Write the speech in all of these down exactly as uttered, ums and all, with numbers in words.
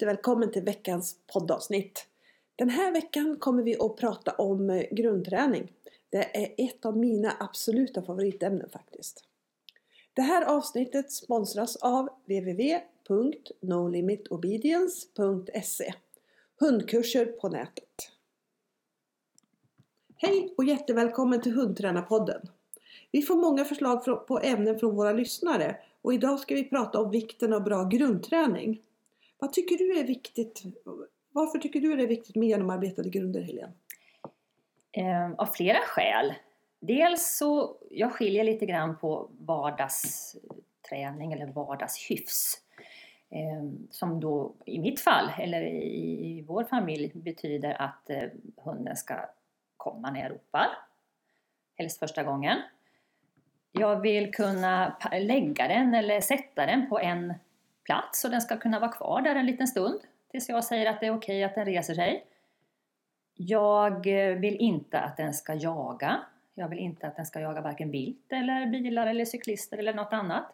jättevälkommen till veckans poddavsnitt. Den här veckan kommer vi att prata om grundträning. Det är ett av mina absoluta favoritämnen faktiskt. Det här avsnittet sponsras av w w w punkt no limit obedience punkt se. Hundkurser på nätet. Hej och jättevälkommen till Hundtränarpodden. Vi får många förslag på ämnen från våra lyssnare och idag ska vi prata om vikten av bra grundträning. Vad tycker du är viktigt? Varför tycker du det är viktigt med genomarbetade grunder, Helene? Eh, av flera skäl. Dels så jag skiljer lite grann på vardagsträning eller vardagshyfs. Eh, som då i mitt fall eller i, i vår familj betyder att eh, hunden ska komma när jag ropar. Helst första gången. Jag vill kunna lägga den eller sätta den på en plats och den ska kunna vara kvar där en liten stund tills jag säger att det är okej att den reser sig. Jag vill inte att den ska jaga. Jag vill inte att den ska jaga varken vilt eller bilar eller cyklister eller något annat.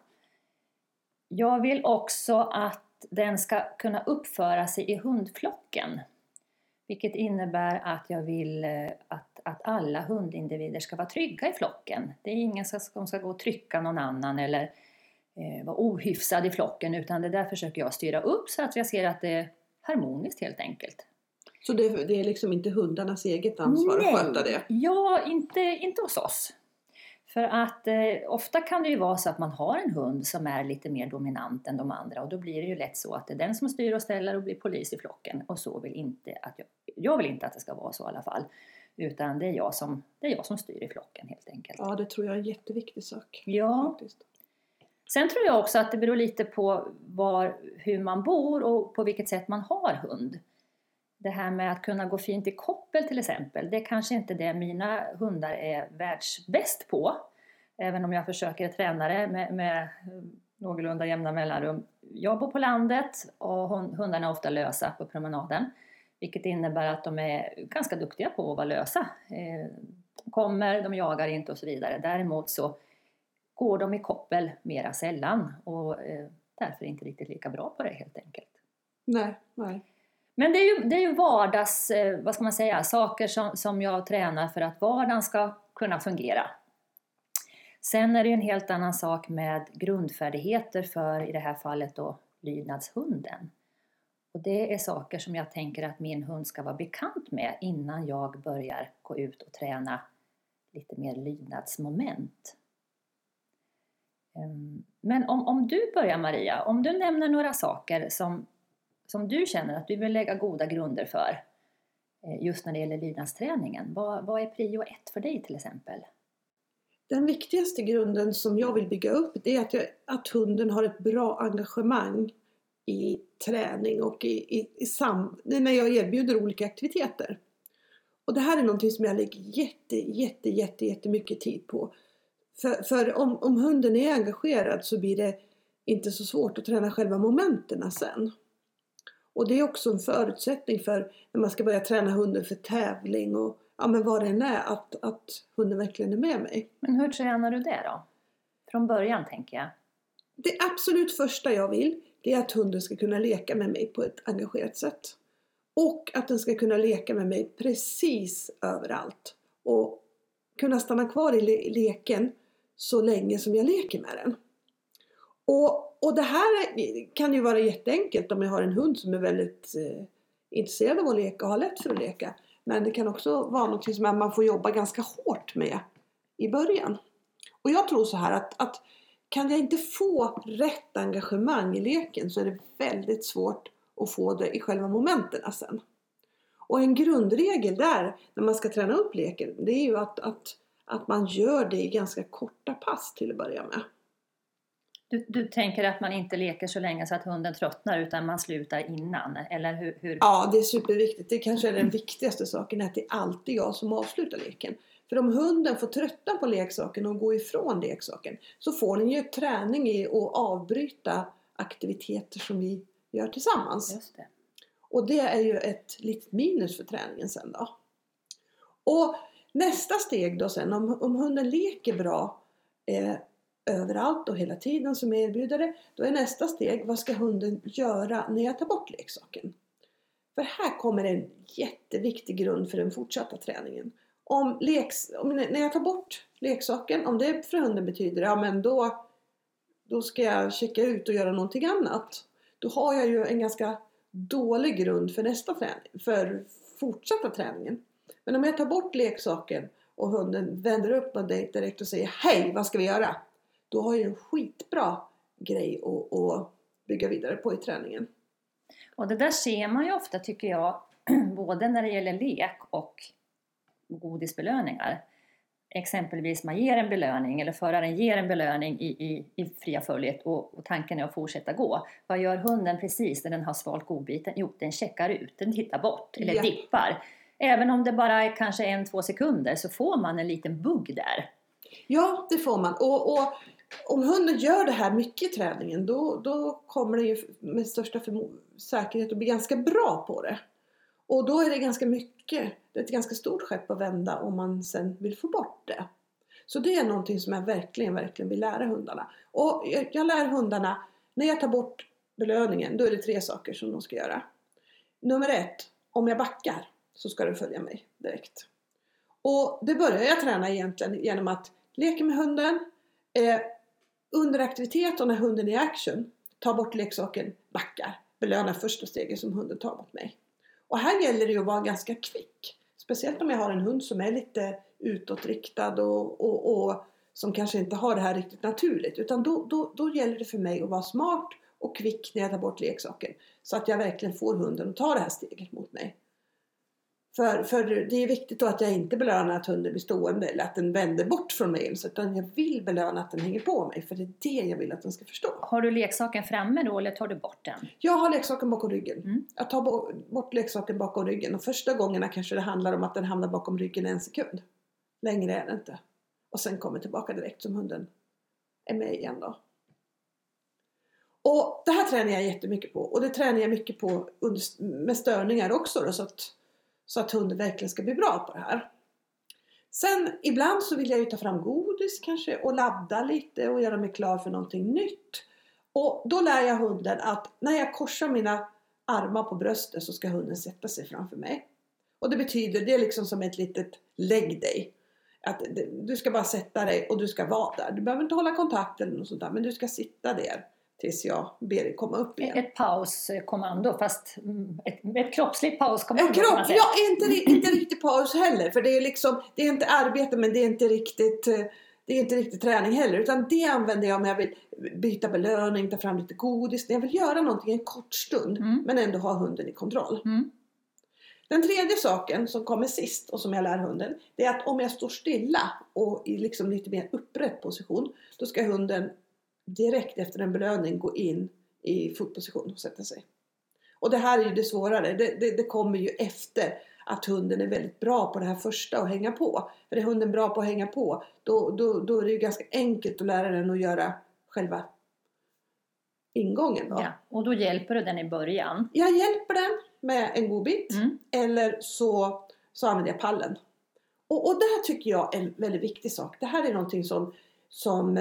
Jag vill också att den ska kunna uppföra sig i hundflocken. Vilket innebär att jag vill att, att alla hundindivider ska vara trygga i flocken. Det är ingen som ska gå och trycka någon annan eller eh, vara ohyfsad i flocken. Utan det där försöker jag styra upp så att jag ser att det är harmoniskt helt enkelt. Så det, det är liksom inte hundarnas eget ansvar Nej. att sköta det? Ja, inte, inte hos oss. För att eh, ofta kan det ju vara så att man har en hund som är lite mer dominant än de andra. Och då blir det ju lätt så att det är den som styr och ställer och blir polis i flocken. Och så vill inte att jag, jag vill inte att det ska vara så i alla fall. Utan det är jag som, det är jag som styr i flocken helt enkelt. Ja, det tror jag är en jätteviktig sak. Ja. Faktiskt. Sen tror jag också att det beror lite på var, hur man bor och på vilket sätt man har hund. Det här med att kunna gå fint i koppel till exempel. Det är kanske inte det mina hundar är världsbäst på. Även om jag försöker träna det med, med någorlunda jämna mellanrum. Jag bor på landet och hundarna är ofta lösa på promenaden. Vilket innebär att de är ganska duktiga på att vara lösa. De kommer, de jagar inte och så vidare. Däremot så går de i koppel mera sällan. Och därför inte riktigt lika bra på det helt enkelt. Nej, nej. Men det är ju, det är ju vardags, vad ska man säga, saker som, som jag tränar för att vardagen ska kunna fungera. Sen är det ju en helt annan sak med grundfärdigheter för i det här fallet då lydnadshunden. Och det är saker som jag tänker att min hund ska vara bekant med innan jag börjar gå ut och träna lite mer lydnadsmoment. Men om, om du börjar Maria, om du nämner några saker som Som du känner att du vill lägga goda grunder för just när det gäller lydnadsträningen. Vad, vad är prio ett för dig till exempel? Den viktigaste grunden som jag vill bygga upp det är att, jag, att hunden har ett bra engagemang i träning och i, i, i sam, när jag erbjuder olika aktiviteter. Och det här är någonting som jag lägger jätte, jätte, jätte, jättemycket tid på. För, för om, om hunden är engagerad så blir det inte så svårt att träna själva momenten sen. Och det är också en förutsättning för när man ska börja träna hunden för tävling och ja, men vad det än är, att, att hunden verkligen är med mig. Men hur tränar du det då? Från början tänker jag. Det absolut första jag vill det är att hunden ska kunna leka med mig på ett engagerat sätt. Och att den ska kunna leka med mig precis överallt. Och kunna stanna kvar i le- leken så länge som jag leker med den. Och Och det här kan ju vara jätteenkelt om jag har en hund som är väldigt eh, intresserad av att leka och har lätt för att leka. Men det kan också vara något som man får jobba ganska hårt med i början. Och jag tror så här att, att kan jag inte få rätt engagemang i leken så är det väldigt svårt att få det i själva momenten sen. Och en grundregel där när man ska träna upp leken det är ju att, att, att man gör det i ganska korta pass till att börja med. Du, du tänker att man inte leker så länge så att hunden tröttnar utan man slutar innan, eller hur? hur? Ja, det är superviktigt. Det kanske är den viktigaste saken, att det är alltid jag som avslutar leken. För om hunden får tröttna på leksaken och gå ifrån leksaken så får den ju träning i att avbryta aktiviteter som vi gör tillsammans. Just det. Och det är ju ett litet minus för träningen sen då. Och nästa steg då sen, om, om hunden leker bra, eh, överallt och hela tiden som jag erbjuder det, då är nästa steg, vad ska hunden göra när jag tar bort leksaken? För här kommer en jätteviktig grund för den fortsatta träningen. Om, leks, om när jag tar bort leksaken, om det för hunden betyder, ja men då, då ska jag checka ut och göra någonting annat. Då har jag ju en ganska dålig grund för nästa träning, för fortsatta träningen. Men om jag tar bort leksaken och hunden vänder upp på dig direkt och säger hej, vad ska vi göra? Då har jag en skitbra grej att, att bygga vidare på i träningen. Och det där ser man ju ofta, tycker jag, både när det gäller lek och godisbelöningar. Exempelvis man ger en belöning eller föraren ger en belöning i, i, i fria följet och, och tanken är att fortsätta gå. Vad gör hunden precis när den har svalt godbiten? Jo, den checkar ut, den tittar bort eller Ja. dippar. Även om det bara är kanske en, två sekunder så får man en liten bugg där. Ja, det får man. Och, och om hunden gör det här mycket i träningen, då, då kommer det ju med största förmo- säkerhet att bli ganska bra på det. Och då är det ganska mycket, det är ett ganska stort skepp att vända om man sen vill få bort det. Så det är någonting som jag verkligen, verkligen vill lära hundarna. Och jag, jag lär hundarna, när jag tar bort belöningen, då är det tre saker som de ska göra. Nummer ett, om jag backar så ska den följa mig direkt. Och det börjar jag träna egentligen genom att leka med hunden. Eh, under aktivitet och när hunden är i action, ta bort leksaken, backar. Belöna första steget som hunden tar mot mig. Och här gäller det ju att vara ganska kvick. Speciellt om jag har en hund som är lite utåtriktad och, och, och som kanske inte har det här riktigt naturligt. Utan då, då, då gäller det för mig att vara smart och kvick när jag tar bort leksaken. Så att jag verkligen får hunden att ta det här steget mot mig. För, för det är viktigt då att jag inte belönar att hunden blir stående eller att den vänder bort från mig. Utan jag vill belöna att den hänger på mig. För det är det jag vill att den ska förstå. Har du leksaken framme då eller tar du bort den? Jag har leksaken bakom ryggen. Mm. Jag tar bort leksaken bakom ryggen. Och första gångerna kanske det handlar om att den hamnar bakom ryggen en sekund. Längre är det inte. Och sen kommer tillbaka direkt som hunden är med igen då. Och det här tränar jag jättemycket på. Och det tränar jag mycket på under, med störningar också då, så att Så att hunden verkligen ska bli bra på det här. Sen ibland så vill jag ju ta fram godis kanske. Och ladda lite och göra mig klar för någonting nytt. Och då lär jag hunden att när jag korsar mina armar på bröstet så ska hunden sätta sig framför mig. Och det betyder, det är liksom som ett litet lägg dig. Att du ska bara sätta dig och du ska vara där. Du behöver inte hålla kontakt eller något sånt där. Men du ska sitta där tills jag ber dig komma upp igen. Ett pauskommando, fast ett, ett kroppsligt pauskommando. En kropp, ja, inte, inte riktigt paus heller. För det är liksom, det är inte arbete men det är inte riktigt, det är inte riktigt träning heller. Utan det använder jag om jag vill byta belöning, ta fram lite godis. När jag vill göra någonting en kort stund mm. men ändå ha hunden i kontroll. Mm. Den tredje saken som kommer sist och som jag lär hunden, det är att om jag står stilla och i liksom lite mer upprätt position, då ska hunden direkt efter en belöning gå in i fotposition och sätta sig. Och det här är ju det svårare. Det, det, det kommer ju efter att hunden är väldigt bra på det här första och hänga på. För är hunden bra på att hänga på, då, då, då är det ju ganska enkelt att lära den att göra själva ingången då. Ja, och då hjälper du den i början? Jag hjälper den med en godbit. Mm. Eller så, så använder jag pallen. Och, och det här tycker jag är en väldigt viktig sak. Det här är någonting som... som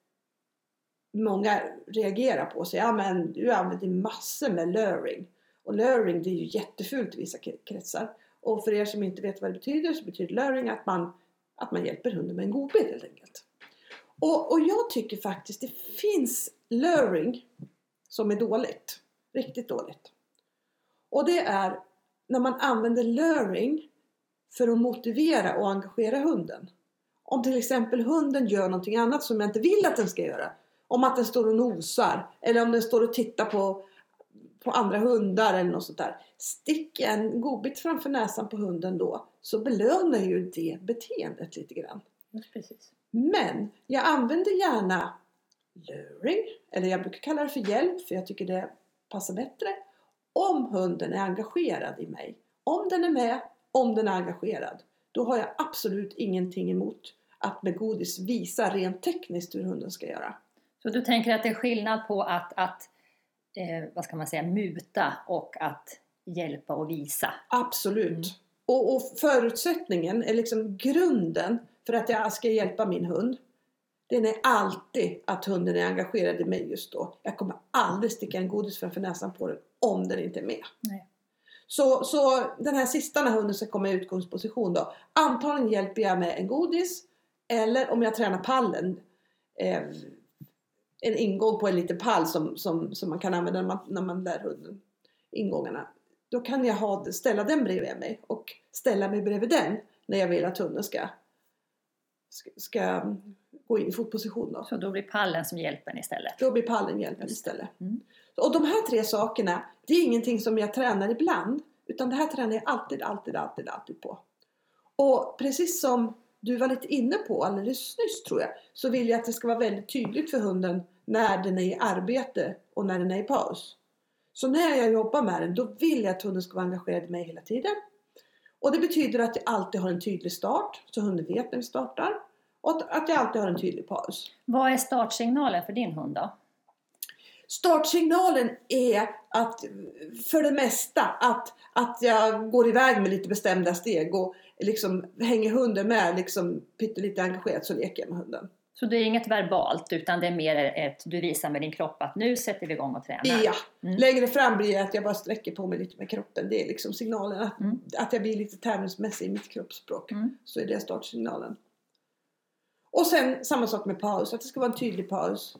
många reagerar på sig. Ja, men du använder massor med luring. Och luring, det är ju jättefult i vissa kretsar. Och för er som inte vet vad det betyder, så betyder luring att man, att man hjälper hunden med en godbit helt enkelt. Och, och jag tycker faktiskt det finns luring som är dåligt. Riktigt dåligt. Och det är när man använder luring för att motivera och engagera hunden. Om till exempel hunden gör någonting annat som jag inte vill att den ska göra. Om att den står och nosar. Eller om den står och tittar på, på andra hundar eller något sånt där. Stick en godbit framför näsan på hunden då. Så belönar ju det beteendet lite grann. Just precis. Men jag använder gärna luring. Eller jag brukar kalla det för hjälp. För jag tycker det passar bättre. Om hunden är engagerad i mig. Om den är med. Om den är engagerad. Då har jag absolut ingenting emot att med godis visa rent tekniskt hur hunden ska göra. Så du tänker att det är skillnad på att, att eh, vad ska man säga, muta och att hjälpa och visa? Absolut. Mm. Och, och förutsättningen är liksom grunden för att jag ska hjälpa min hund. Den är alltid att hunden är engagerad i mig just då. Jag kommer aldrig sticka en godis framför näsan på den om den inte är med. Nej. Så, så den här sista när hunden ska komma i utgångsposition då. Antagligen hjälper jag med en godis. Eller om jag tränar pallen. Eh, en ingång på en liten pall som, som, som man kan använda när man, när man lär hunden ingångarna. Då kan jag ha, ställa den bredvid mig. Och ställa mig bredvid den när jag vill att hunden ska, ska, ska gå in i fotposition då. Så då blir pallen som hjälpen istället? Då blir pallen hjälpen istället. Mm. Och de här tre sakerna, det är ingenting som jag tränar ibland. Utan det här tränar jag alltid, alltid, alltid, alltid på. Och precis som du var lite inne på alldeles nyss tror jag. Så vill jag att det ska vara väldigt tydligt för hunden när den är i arbete och när den är i paus. Så när jag jobbar med den, då vill jag att hunden ska vara engagerad i mig hela tiden. Och det betyder att jag alltid har en tydlig start. Så hunden vet när vi startar. Och att jag alltid har en tydlig paus. Vad är startsignalen för din hund då? Startsignalen är att för det mesta att, att jag går iväg med lite bestämda steg och liksom hänger hunden med liksom pyttelite engagerat så leker jag med hunden. Så det är inget verbalt utan det är mer ett du visar med din kropp att nu sätter vi igång och tränar? Ja, mm. längre fram blir det att jag bara sträcker på mig lite med kroppen. Det är liksom signalen att, mm. att jag blir lite tävlingsmässig i mitt kroppsspråk. Mm. Så är det startsignalen. Och sen samma sak med paus, att det ska vara en tydlig paus.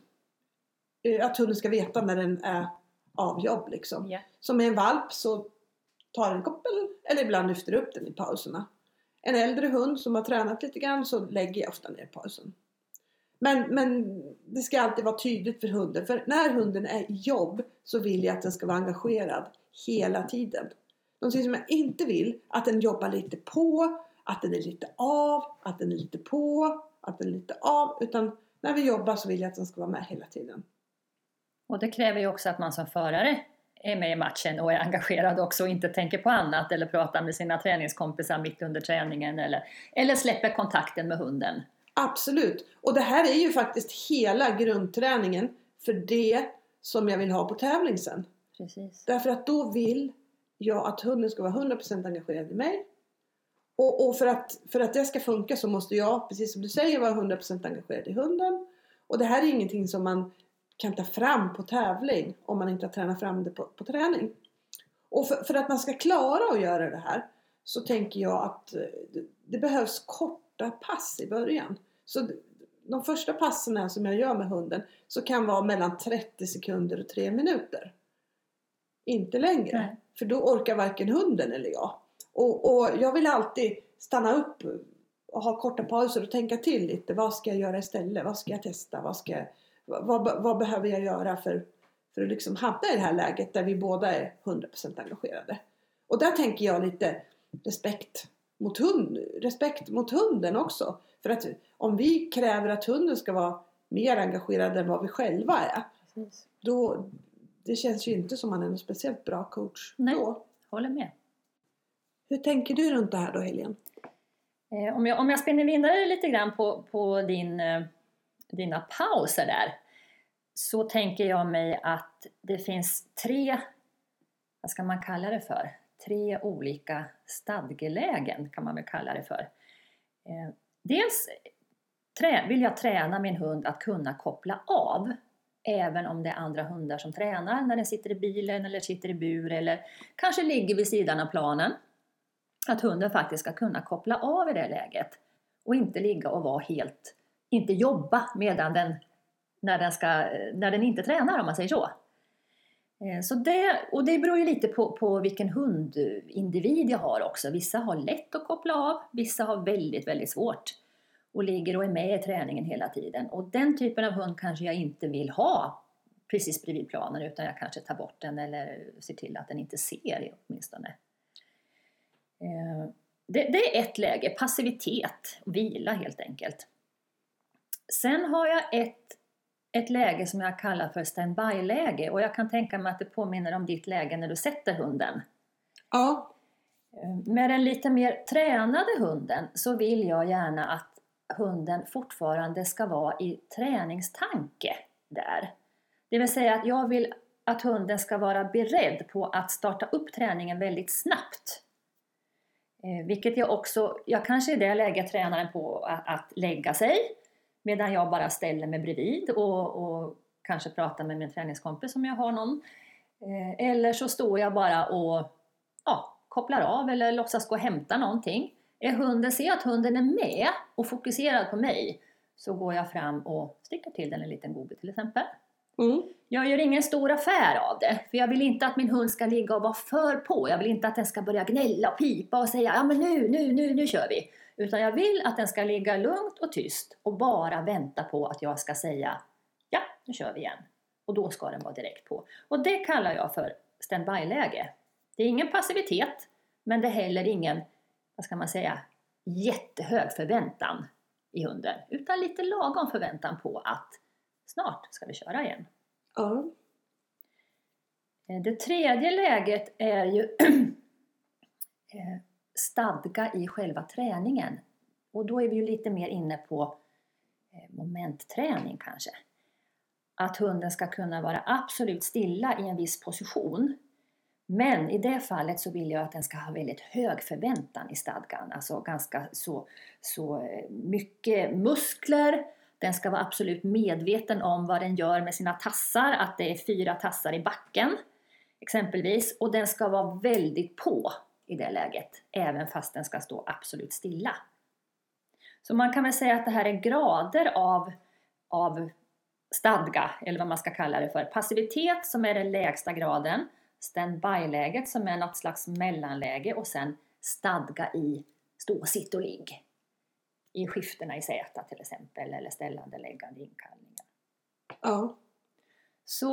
Att hunden ska veta när den är av jobb liksom. Yeah. Som med en valp så tar en koppel eller ibland lyfter upp den i pauserna. En äldre hund som har tränat lite grann så lägger jag ofta ner pausen. Men, men det ska alltid vara tydligt för hunden. För när hunden är i jobb så vill jag att den ska vara engagerad hela tiden. Någonting som jag inte vill, att den jobbar lite på, att den är lite av, att den är lite på, att den är lite av. Utan när vi jobbar så vill jag att den ska vara med hela tiden. Och det kräver ju också att man som förare är med i matchen och är engagerad också och inte tänker på annat eller pratar med sina träningskompisar mitt under träningen eller, eller släpper kontakten med hunden. Absolut. Och det här är ju faktiskt hela grundträningen för det som jag vill ha på tävling sen. Precis. Därför att då vill jag att hunden ska vara hundra procent engagerad i mig. Och, och för, att, för att det ska funka så måste jag, precis som du säger, vara hundra procent engagerad i hunden. Och det här är ingenting som man kan ta fram på tävling om man inte har tränat fram det på, på träning. Och för, för att man ska klara att göra det här så tänker jag att det, det behövs korta pass i början. Så de första passen som jag gör med hunden så kan vara mellan trettio sekunder och tre minuter. Inte längre. Nej. För då orkar varken hunden eller jag. Och, och jag vill alltid stanna upp och ha korta pauser och tänka till lite. Vad ska jag göra istället? Vad ska jag testa? Vad, ska jag, vad, vad behöver jag göra för, för att liksom hamna i det här läget där vi båda är hundra procent engagerade? Och där tänker jag lite respekt mot, hund, respekt mot hunden också. För att om vi kräver att hunden ska vara mer engagerad än vad vi själva är. Precis. Då, det känns ju inte som man är en speciellt bra coach. Nej, då. håller med. Hur tänker du runt det här då, Helene? Eh, om, jag, om jag spinner vidare lite grann på, på din, eh, dina pauser där. Så tänker jag mig att det finns tre, vad ska man kalla det för? Tre olika stadgelägen kan man väl kalla det för. Eh, dels trä, vill jag träna min hund att kunna koppla av. Även om det är andra hundar som tränar när den sitter i bilen eller sitter i bur eller kanske ligger vid sidan av planen. Att hunden faktiskt ska kunna koppla av i det läget. Och inte ligga och vara helt, inte jobba medan den, när den, ska, när den inte tränar om man säger så. Så det, och det beror ju lite på, på vilken hundindivid jag har också. Vissa har lätt att koppla av, vissa har väldigt, väldigt svårt. Och ligger och är med i träningen hela tiden. Och den typen av hund kanske jag inte vill ha precis bredvid planen. Utan jag kanske tar bort den eller ser till att den inte ser åtminstone. Det, det är ett läge, passivitet, vila helt enkelt. Sen har jag ett, ett läge som jag kallar för stand-by-läge. Och jag kan tänka mig att det påminner om ditt läge när du sätter hunden. Ja. Med den lite mer tränade hunden så vill jag gärna att hunden fortfarande ska vara i träningstanke där. Det vill säga att jag vill att hunden ska vara beredd på att starta upp träningen väldigt snabbt. Eh, vilket jag också, jag kanske i det läget tränar den på att, att lägga sig. Medan jag bara ställer mig bredvid och, och kanske pratar med min träningskompis om jag har någon. Eh, eller så står jag bara och ja, kopplar av eller låtsas gå och hämta någonting. Är hunden, ser att hunden är med och fokuserad på mig, så går jag fram och sticker till den en liten godbit till exempel. Mm. Jag gör ingen stor affär av det, för jag vill inte att min hund ska ligga och vara för på. Jag vill inte att den ska börja gnälla och pipa och säga ja men nu, nu, nu, nu kör vi. Utan jag vill att den ska ligga lugnt och tyst och bara vänta på att jag ska säga ja, nu kör vi igen. Och då ska den vara direkt på. Och det kallar jag för standby-läge. Det är ingen passivitet, men det är heller ingen, vad ska man säga, jättehög förväntan i hunden. Utan lite lagom förväntan på att snart ska vi köra igen. Ja. Det tredje läget är ju stadga i själva träningen. Och då är vi ju lite mer inne på momentträning kanske. Att hunden ska kunna vara absolut stilla i en viss position. Men i det fallet så vill jag att den ska ha väldigt hög förväntan i stadgan. Alltså ganska så, så mycket muskler. Den ska vara absolut medveten om vad den gör med sina tassar. Att det är fyra tassar i backen exempelvis. Och den ska vara väldigt på i det läget. Även fast den ska stå absolut stilla. Så man kan väl säga att det här är grader av, av stadga. Eller vad man ska kalla det för. Passivitet som är den lägsta graden. Standby-läget som är något slags mellanläge. Och sen stadga i stå, sitt och ligg. I skiftena i säta till exempel. Eller ställande, läggande, inkallningar. Ja. Så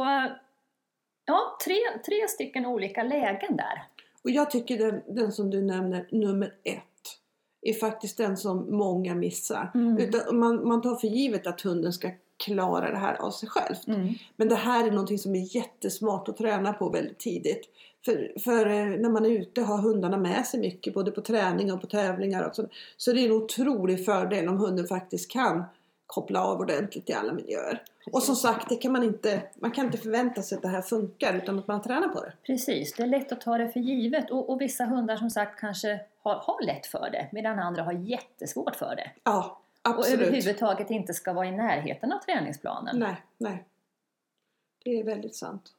ja, tre, tre stycken olika lägen där. Och jag tycker den, den som du nämner, nummer ett, är faktiskt den som många missar. Mm. Utan man, man tar för givet att hunden ska klara det här av sig själv. Mm. Men det här är någonting som är jättesmart att träna på väldigt tidigt. För, för när man är ute har hundarna med sig mycket, både på träning och på tävlingar. Och så, så det är en otrolig fördel om hunden faktiskt kan koppla av ordentligt i alla miljöer. Precis. Och som sagt, det kan man, inte, man kan inte förvänta sig att det här funkar utan att man tränar på det. Precis, det är lätt att ta det för givet. Och, och vissa hundar som sagt kanske har, har lätt för det, medan andra har jättesvårt för det. Ja, absolut. Och överhuvudtaget inte ska vara i närheten av träningsplanen. Nej, nej. Det är väldigt sant.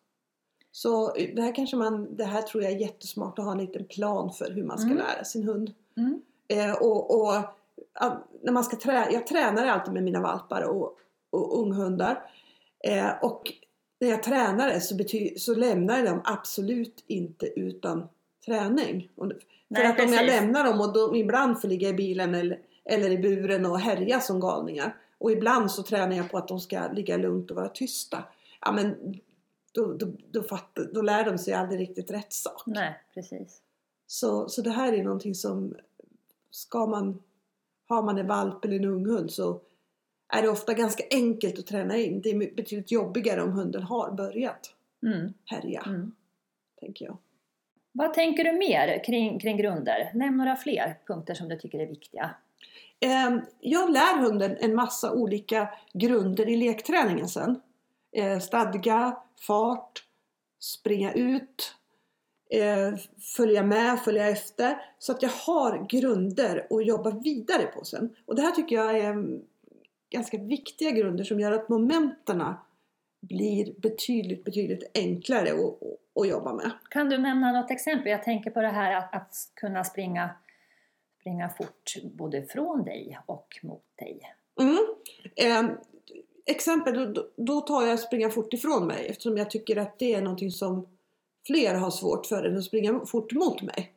Så det här kanske man, det här tror jag är jättesmart att ha en liten plan för hur man ska mm. lära sin hund. Mm. Eh, och, och när man ska träna, jag tränar alltid med mina valpar och, och unghundar. Eh, och när jag tränar det så, bety- så lämnar jag dem absolut inte utan träning. Och, för Nej, att precis. Om jag lämnar dem och de ibland får ligga i bilen eller, eller i buren och härja som galningar. Och ibland så tränar jag på att de ska ligga lugnt och vara tysta. Ja men då, då, då, fattar, då lär de sig aldrig riktigt rätt sak. Nej, precis. Så, så det här är någonting som ska man, har man en valp eller en ung hund så är det ofta ganska enkelt att träna in. Det är betydligt jobbigare om hunden har börjat mm. härja, mm. tänker jag. Vad tänker du mer kring, kring grunder? Nämn några fler punkter som du tycker är viktiga. Eh, jag lär hunden en massa olika grunder i lekträningen sen. Eh, stadga, fart, springa ut, eh, följa med, följa efter. Så att jag har grunder att jobba vidare på sen. Och det här tycker jag är ganska viktiga grunder som gör att momenterna blir betydligt, betydligt enklare att, att jobba med. Kan du nämna något exempel? Jag tänker på det här att, att kunna springa, springa fort både från dig och mot dig. Mm. Eh, exempel, då, då tar jag springa fort ifrån mig eftersom jag tycker att det är någonting som fler har svårt för än att springa fort mot mig.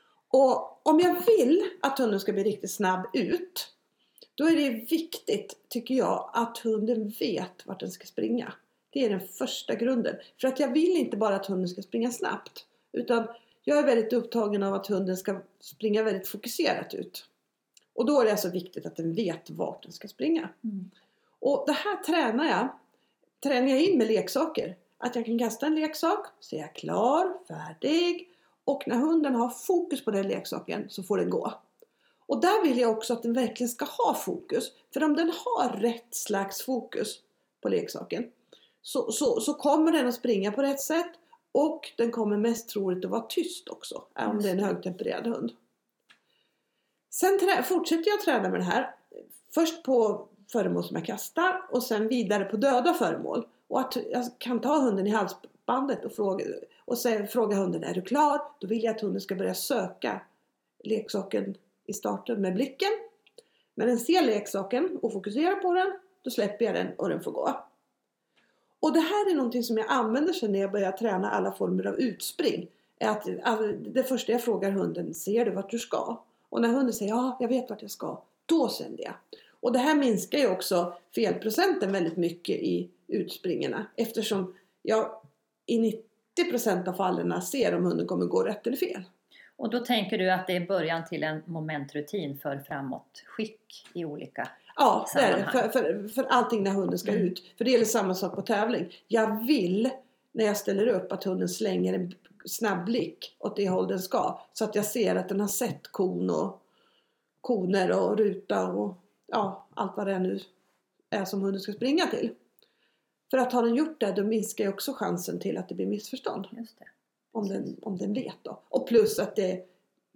Och om jag vill att hunden ska bli riktigt snabb ut, då är det viktigt, tycker jag, att hunden vet vart den ska springa. Det är den första grunden. För att jag vill inte bara att hunden ska springa snabbt. Utan jag är väldigt upptagen av att hunden ska springa väldigt fokuserat ut. Och då är det alltså viktigt att den vet vart den ska springa. Mm. Och det här tränar jag. Tränar jag in med leksaker. Att jag kan kasta en leksak. Så är jag klar, färdig. Och när hunden har fokus på den leksaken så får den gå. Och där vill jag också att den verkligen ska ha fokus. För om den har rätt slags fokus på leksaken. Så, så, så kommer den att springa på rätt sätt. Och den kommer mest troligt att vara tyst också. Om det är en högtempererad hund. Sen trä, fortsätter jag träna med det här. Först på föremål som jag kastar och sen vidare på döda föremål. Och att jag kan ta hunden i halsbandet och fråga, och säga, fråga hunden, är du klar? Då vill jag att hunden ska börja söka leksaken i starten med blicken. När den ser leksaken och fokuserar på den, då släpper jag den och den får gå. Och det här är någonting som jag använder sig när jag börjar träna alla former av utspring. Är att, det första jag frågar hunden, ser du vart du ska? Och när hunden säger, ja jag vet vart jag ska, då sänder jag. Och det här minskar ju också felprocenten väldigt mycket i utspringarna. Eftersom jag i nittio procent av fallen ser om hunden kommer gå rätt eller fel. Och då tänker du att det är början till en momentrutin för framåtskick i olika ja, sammanhang? Ja, för, för, för allting när hunden ska mm. ut. För det gäller samma sak på tävling. Jag vill när jag ställer upp att hunden slänger en snabb blick åt det håll den ska. Så att jag ser att den har sett kon och koner och ruta och ja, allt vad det nu är som hunden ska springa till. För att har den gjort det, då minskar ju också chansen till att det blir missförstånd. Just det. Om den, om den vet då. Och plus att det,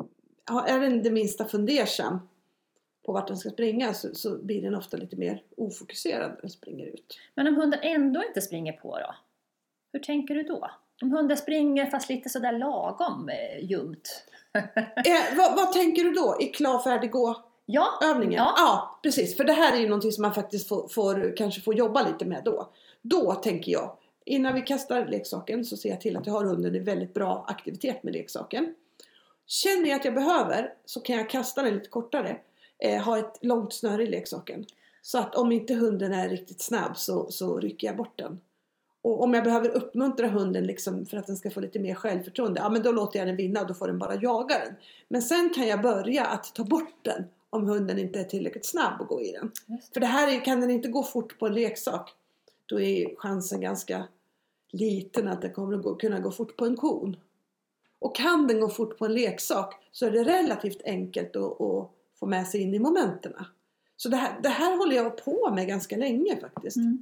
är den det minsta fundersam på vart den ska springa, så, så blir den ofta lite mer ofokuserad när den springer ut. Men om hunden ändå inte springer på då? Hur tänker du då? Om hunden springer fast lite sådär lagom eh, ljumt. eh, vad, vad tänker du då? I klar, färdig, gå? Ja. Övningen? Ja. ja, precis. För det här är ju någonting som man faktiskt får, får, kanske får jobba lite med då. Då tänker jag, innan vi kastar leksaken så ser jag till att jag har hunden i väldigt bra aktivitet med leksaken. Känner jag att jag behöver så kan jag kasta den lite kortare. Eh, ha ett långt snöre i leksaken. Så att om inte hunden är riktigt snabb så, så rycker jag bort den. Och om jag behöver uppmuntra hunden liksom för att den ska få lite mer självförtroende, ja men då låter jag den vinna och då får den bara jaga den. Men sen kan jag börja att ta bort den om hunden inte är tillräckligt snabb att gå i den. För det här är, kan den inte gå fort på en leksak, då är chansen ganska liten att den kommer att gå, kunna gå fort på en kon. Och kan den gå fort på en leksak så är det relativt enkelt att, att få med sig in i momenterna. Så det här, det här håller jag på med ganska länge faktiskt. Mm.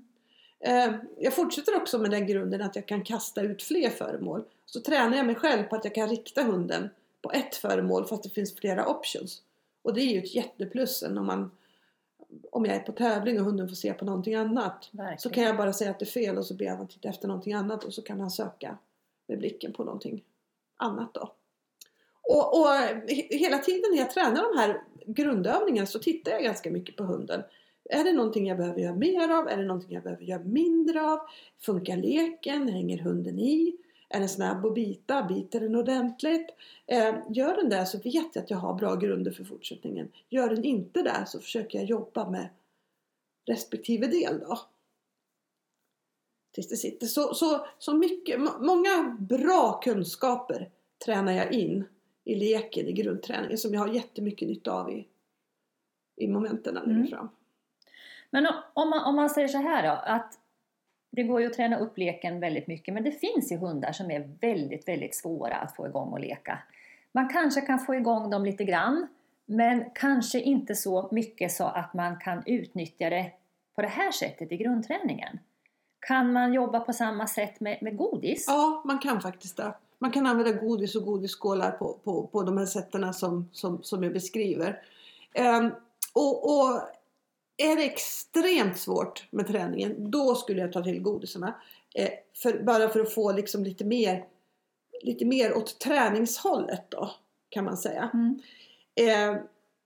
Jag fortsätter också med den grunden att jag kan kasta ut fler föremål. Så tränar jag mig själv på att jag kan rikta hunden på ett föremål fast det finns flera options. Och det är ju ett jätteplus om, man, om jag är på tävling och hunden får se på någonting annat. Verkligen. Så kan jag bara säga att det är fel och så ber jag honom titta efter någonting annat. Och så kan han söka med blicken på någonting annat då. Och, och hela tiden när jag tränar de här grundövningarna så tittar jag ganska mycket på hunden. Är det någonting jag behöver göra mer av? Är det någonting jag behöver göra mindre av? Funkar leken? Hänger hunden i? Är den snabb att bita? Biter den ordentligt? Eh, gör den där så vet jag att jag har bra grunder för fortsättningen. Gör den inte där så försöker jag jobba med respektive del då. Tills det sitter. Så, så, så mycket, många bra kunskaper tränar jag in i leken, i grundträningen. Som jag har jättemycket nytta av i, i momenten längre mm. fram. Men om man, om man säger så här då, att det går ju att träna upp leken väldigt mycket, men det finns ju hundar som är väldigt, väldigt svåra att få igång och leka. Man kanske kan få igång dem lite grann, men kanske inte så mycket så att man kan utnyttja det på det här sättet i grundträningen. Kan man jobba på samma sätt med, med godis? Ja, man kan faktiskt det. Man kan använda godis och godisskålar på, på, på de här sätterna som, som, som jag beskriver. Um, och... och är det extremt svårt med träningen, då skulle jag ta till godisarna. Eh, för, bara för att få liksom lite mer lite mer åt träningshållet då, kan man säga. Mm. Eh,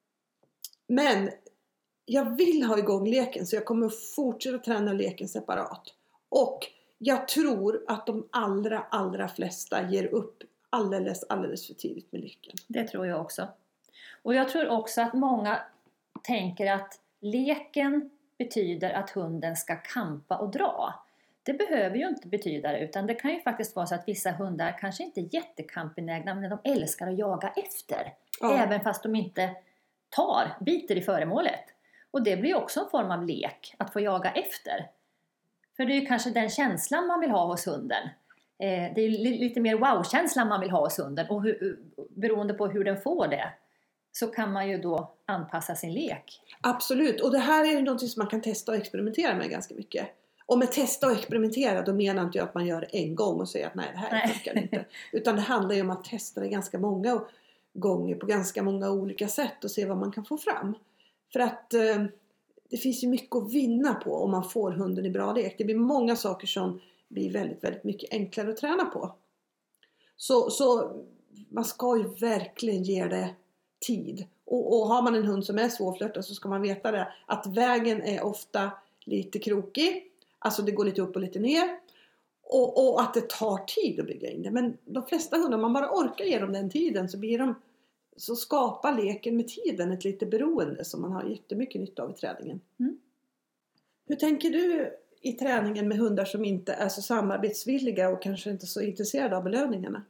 men jag vill ha igång leken, så jag kommer fortsätta träna leken separat. Och jag tror att de allra, allra flesta ger upp alldeles, alldeles för tidigt med leken. Det tror jag också. Och jag tror också att många tänker att leken betyder att hunden ska kampa och dra. Det behöver ju inte betyda det, utan det kan ju faktiskt vara så att vissa hundar kanske inte är jättekampbenägna, men de älskar att jaga efter. Ja. Även fast de inte tar, biter i föremålet. Och det blir också en form av lek, att få jaga efter. För det är ju kanske den känslan man vill ha hos hunden. Eh, det är lite mer wow-känslan man vill ha hos hunden. Och hur, beroende på hur den får det, så kan man ju då anpassa sin lek. Absolut, och det här är ju något som man kan testa och experimentera med ganska mycket. Och med testa och experimentera, då menar inte jag att man gör det en gång och säger att nej, det här funkar inte. Utan det handlar ju om att testa det ganska många gånger på ganska många olika sätt och se vad man kan få fram. För att eh, det finns ju mycket att vinna på om man får hunden i bra lek. Det blir många saker som blir väldigt, väldigt mycket enklare att träna på. Så, så man ska ju verkligen ge det tid. Och, och har man en hund som är svårflörtad så ska man veta det. Att vägen är ofta lite krokig. Alltså det går lite upp och lite ner. Och, och att det tar tid att bygga in det. Men de flesta hundar, om man bara orkar ge dem den tiden så blir de... Så skapar leken med tiden ett lite beroende som man har jättemycket nytta av i träningen. Mm. Hur tänker du i träningen med hundar som inte är så samarbetsvilliga och kanske inte så intresserade av belöningarna?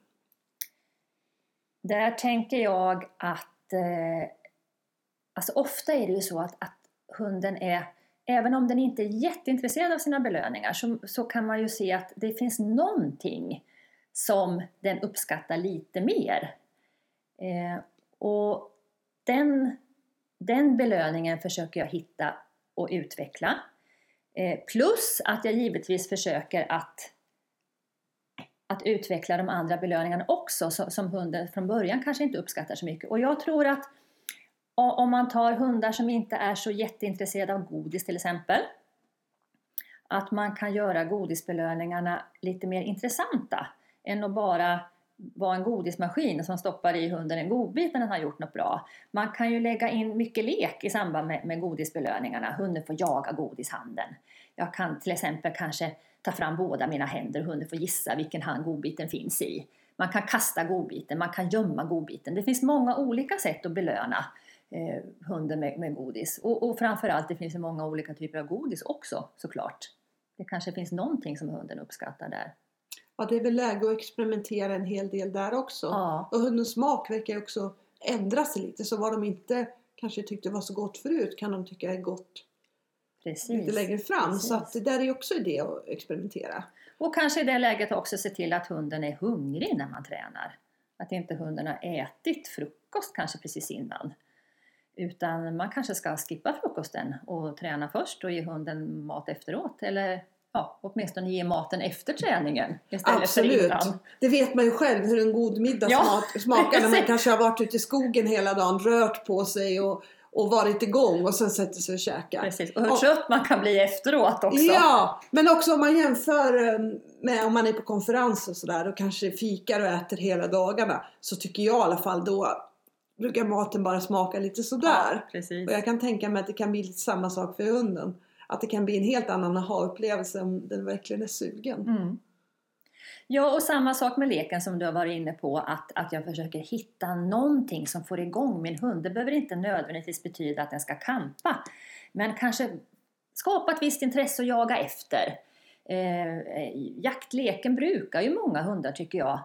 Där tänker jag att eh, alltså ofta är det ju så att, att hunden är, även om den inte är jätteintresserad av sina belöningar, så, så kan man ju se att det finns någonting som den uppskattar lite mer. Eh, och den, den belöningen försöker jag hitta och utveckla. Eh, plus att jag givetvis försöker att, att utveckla de andra belöningarna också, så, som hunden från början kanske inte uppskattar så mycket. Och jag tror att om man tar hundar som inte är så jätteintresserade av godis till exempel, att man kan göra godisbelöningarna lite mer intressanta än att bara vara en godismaskin som stoppar i hunden en godbit när den har gjort något bra. Man kan ju lägga in mycket lek i samband med, med godisbelöningarna. Hunden får jaga godishanden. Jag kan till exempel kanske ta fram båda mina händer och hunden får gissa vilken hand godbiten finns i. Man kan kasta godbiten, man kan gömma godbiten. Det finns många olika sätt att belöna eh, hunden med, med godis. Och, och framförallt det finns ju många olika typer av godis också såklart. Det kanske finns någonting som hunden uppskattar där. Ja, det är väl läge att experimentera en hel del där också. Ja. Och hundens smak verkar ju också ändra sig lite. Så vad de inte kanske tyckte var så gott förut kan de tycka är gott Precis. lite längre fram. Precis. Så att det där är ju också idé att experimentera. Och kanske i det läget också se till att hunden är hungrig när man tränar. Att inte hunden har ätit frukost kanske precis innan. Utan man kanske ska skippa frukosten och träna först och ge hunden mat efteråt. Eller ja, åtminstone ge maten efter träningen istället Absolut. för innan. Det vet man ju själv hur en god middag Ja. smakar när man kanske har varit ute i skogen hela dagen, rört på sig och, och varit igång och sen sätter sig och käkar. Precis, och hur trött man kan bli efteråt också. Ja, men också om man jämför med om man är på konferens och sådär och kanske fikar och äter hela dagarna, så tycker jag i alla fall då brukar maten bara smaka lite sådär. Ja, precis. Och jag kan tänka mig att det kan bli lite samma sak för hunden. Att det kan bli en helt annan aha-upplevelse om den verkligen är sugen. Mm. Ja, och samma sak med leken som du har varit inne på. Att, att jag försöker hitta någonting som får igång min hund. Det behöver inte nödvändigtvis betyda att den ska kampa. Men kanske skapa ett visst intresse och jaga efter. Eh, jaktleken brukar ju många hundar tycker jag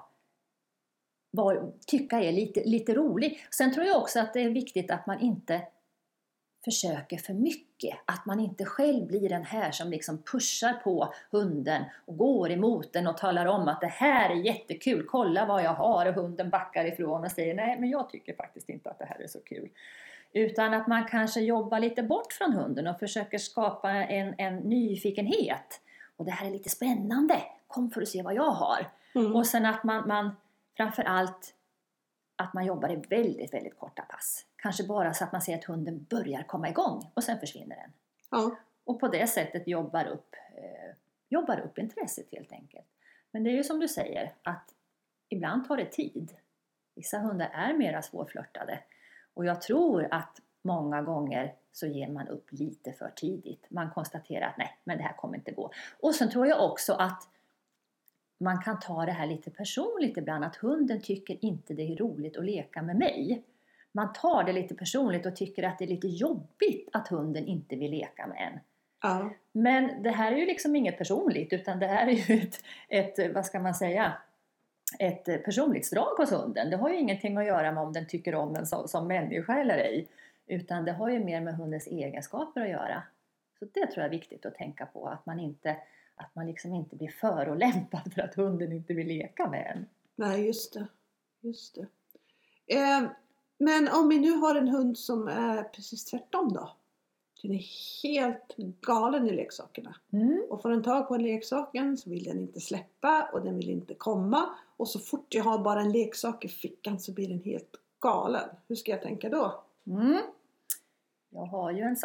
var, tycka är lite, lite rolig. Sen tror jag också att det är viktigt att man inte försöker för mycket. Att man inte själv blir den här som liksom pushar på hunden och går emot den och talar om att det här är jättekul, kolla vad jag har, och hunden backar ifrån och säger nej, men jag tycker faktiskt inte att det här är så kul. Utan att man kanske jobbar lite bort från hunden och försöker skapa en, en nyfikenhet. Och det här är lite spännande, kom för att se vad jag har. Mm. Och sen att man, man framförallt att man jobbar i väldigt, väldigt korta pass. Kanske bara så att man ser att hunden börjar komma igång och sen försvinner den. Ja. Och på det sättet jobbar upp, eh, jobbar upp intresset helt enkelt. Men det är ju som du säger att ibland tar det tid. Vissa hundar är mera svårflörtade. Och jag tror att många gånger så ger man upp lite för tidigt. Man konstaterar att nej, men det här kommer inte gå. Och sen tror jag också att man kan ta det här lite personligt ibland. Att hunden tycker inte det är roligt att leka med mig. Man tar det lite personligt och tycker att det är lite jobbigt att hunden inte vill leka med en. Ja. Men det här är ju liksom inget personligt, utan det här är ju ett, ett, vad ska man säga, ett personlighetsdrag hos hunden. Det har ju ingenting att göra med om den tycker om en som, som människa eller ej. Utan det har ju mer med hundens egenskaper att göra. Så det tror jag är viktigt att tänka på. Att man inte, att man liksom inte blir förolämpad för att hunden inte vill leka med en. Nej, just det. Just det. Eh, men om vi nu har en hund som är precis tvärtom då. Den är helt galen i leksakerna. Mm. Och får den tag på en leksaken så vill den inte släppa och den vill inte komma. Och så fort jag har bara en leksak i fickan så blir den helt galen. Hur ska jag tänka då? Mm. Jag har ju en sån.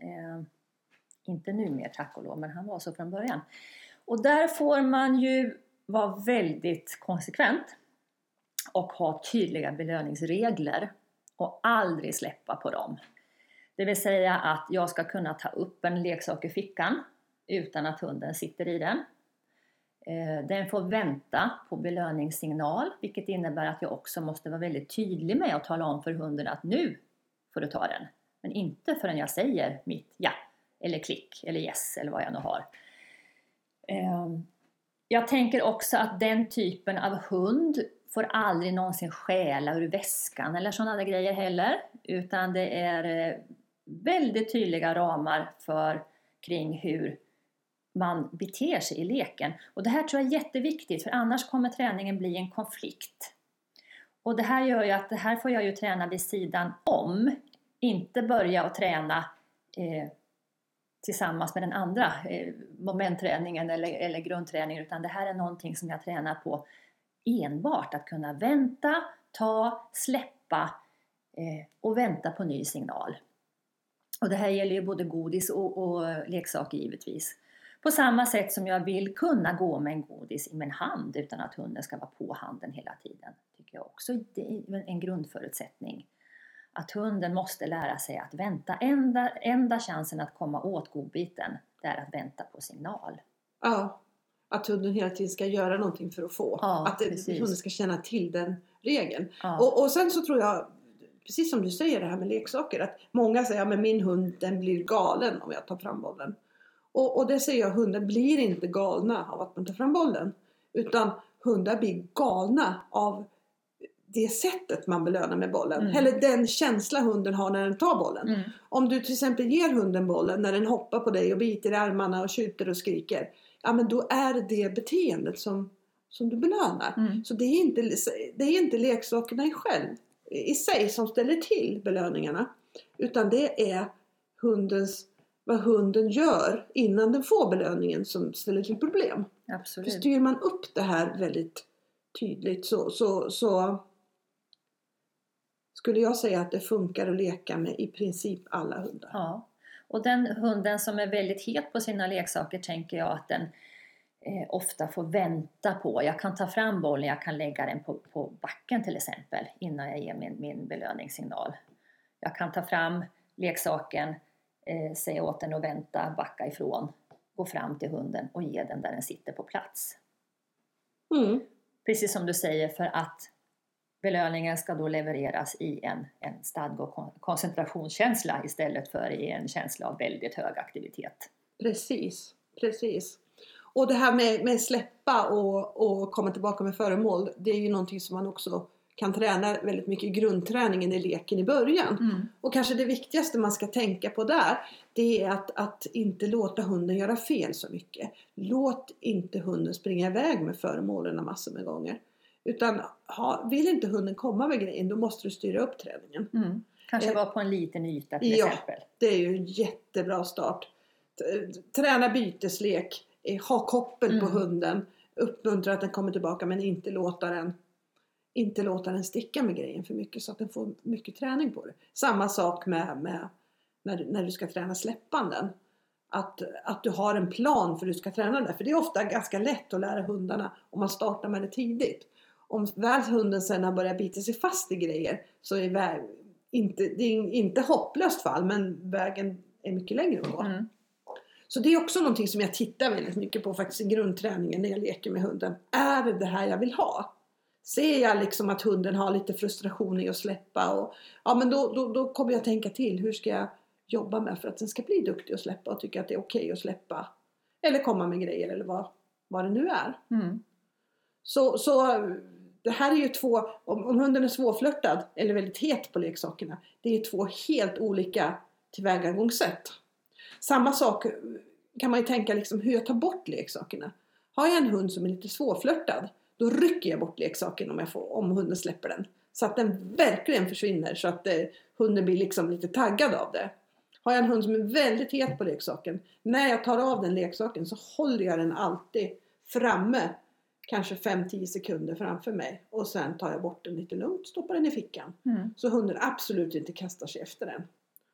Eh, inte nu mer, tack och lov, men han var så från början. Och där får man ju vara väldigt konsekvent och ha tydliga belöningsregler och aldrig släppa på dem. Det vill säga att jag ska kunna ta upp en leksak i fickan utan att hunden sitter i den. Den får vänta på belöningssignal, vilket innebär att jag också måste vara väldigt tydlig med att tala om för hunden att nu får du ta den. Men inte förrän jag säger mitt ja, eller klick, eller yes, eller vad jag nu har. Jag tänker också att den typen av hund får aldrig någonsin stjäla ur väskan eller sådana där grejer heller. Utan det är väldigt tydliga ramar för kring hur man beter sig i leken. Och det här tror jag är jätteviktigt, för annars kommer träningen bli en konflikt. Och det här gör ju att det här får jag ju träna vid sidan om. Inte börja att träna eh, tillsammans med den andra eh, momentträningen eller, eller grundträningen. Utan det här är någonting som jag tränar på enbart. Att kunna vänta, ta, släppa eh, och vänta på ny signal. Och det här gäller ju både godis och, och leksaker givetvis. På samma sätt som jag vill kunna gå med en godis i min hand utan att hunden ska vara på handen hela tiden. Tycker jag också det är en grundförutsättning. Att hunden måste lära sig att vänta. Enda, enda chansen att komma åt godbiten, det är att vänta på signal. Ja, att hunden hela tiden ska göra någonting för att få. Ja, att det, hunden ska känna till den regeln. Ja. Och, och sen så tror jag, precis som du säger det här med leksaker, att många säger att ja, min hund den blir galen om jag tar fram bollen. Och, och det säger jag, hunden blir inte galna av att man tar fram bollen. Utan hundar blir galna av det sättet man belönar med bollen. Mm. Eller den känsla hunden har när den tar bollen. Mm. Om du till exempel ger hunden bollen när den hoppar på dig och biter i armarna och tjuter och skriker. Ja, men då är det det beteendet som, som du belönar. Mm. Så det är, inte, det är inte leksakerna i själv i sig som ställer till belöningarna. Utan det är hundens, vad hunden gör innan den får belöningen som ställer till problem. Absolut. För styr man upp det här väldigt tydligt så, så, så skulle jag säga att det funkar att leka med i princip alla hundar. Ja, och den hunden som är väldigt het på sina leksaker tänker jag att den eh, ofta får vänta på. Jag kan ta fram bollen, jag kan lägga den på, på backen till exempel innan jag ger min, min belöningssignal. Jag kan ta fram leksaken, eh, säga åt den att vänta, backa ifrån, gå fram till hunden och ge den där den sitter på plats. Mm. Precis som du säger, för att belöningen ska då levereras i en, en stadg- och koncentrationskänsla istället för i en känsla av väldigt hög aktivitet. Precis, precis. Och det här med, med släppa och, och komma tillbaka med föremål, det är ju någonting som man också kan träna väldigt mycket i grundträningen i leken i början. Mm. Och kanske det viktigaste man ska tänka på där, det är att, att inte låta hunden göra fel så mycket. Låt inte hunden springa iväg med föremålen massor med gånger. Utan ha, vill inte hunden komma med grejen, då måste du styra upp träningen. Mm. Kanske eh, vara på en liten yta till ja, exempel. Det är ju en jättebra start. Träna byteslek, eh, ha koppel mm. på hunden, uppmuntra att den kommer tillbaka men inte låta den inte låta den sticka med grejen för mycket så att den får mycket träning på det. Samma sak med, med när, när du ska träna släppanden. Att, att du har en plan för hur du ska träna det. För det är ofta ganska lätt att lära hundarna om man startar med det tidigt. Om väl hunden sen har börjat bita sig fast i grejer så är det inte, det är inte hopplöst fall, men vägen är mycket längre att gå. Mm. Så det är också någonting som jag tittar väldigt mycket på faktiskt i grundträningen när jag leker med hunden. Är det det här jag vill ha? Ser jag liksom att hunden har lite frustration i att släppa och, ja, men då, då, då kommer jag tänka till. Hur ska jag jobba med för att den ska bli duktig att släppa och tycka att det är okej att släppa? Eller komma med grejer eller vad, vad det nu är. Mm. Så, så det här är ju två, om, om hunden är svårflörtad eller väldigt het på leksakerna. Det är ju två helt olika tillvägagångssätt. Samma sak kan man ju tänka liksom hur jag tar bort leksakerna. Har jag en hund som är lite svårflörtad, då rycker jag bort leksaken om, jag får, om hunden släpper den. Så att den verkligen försvinner. Så att eh, hunden blir liksom lite taggad av det. Har jag en hund som är väldigt het på leksaken. När jag tar av den leksaken så håller jag den alltid framme. Kanske fem till tio sekunder framför mig. Och sen tar jag bort den lite lugnt. Stoppar den i fickan. Mm. Så hunden absolut inte kastar sig efter den.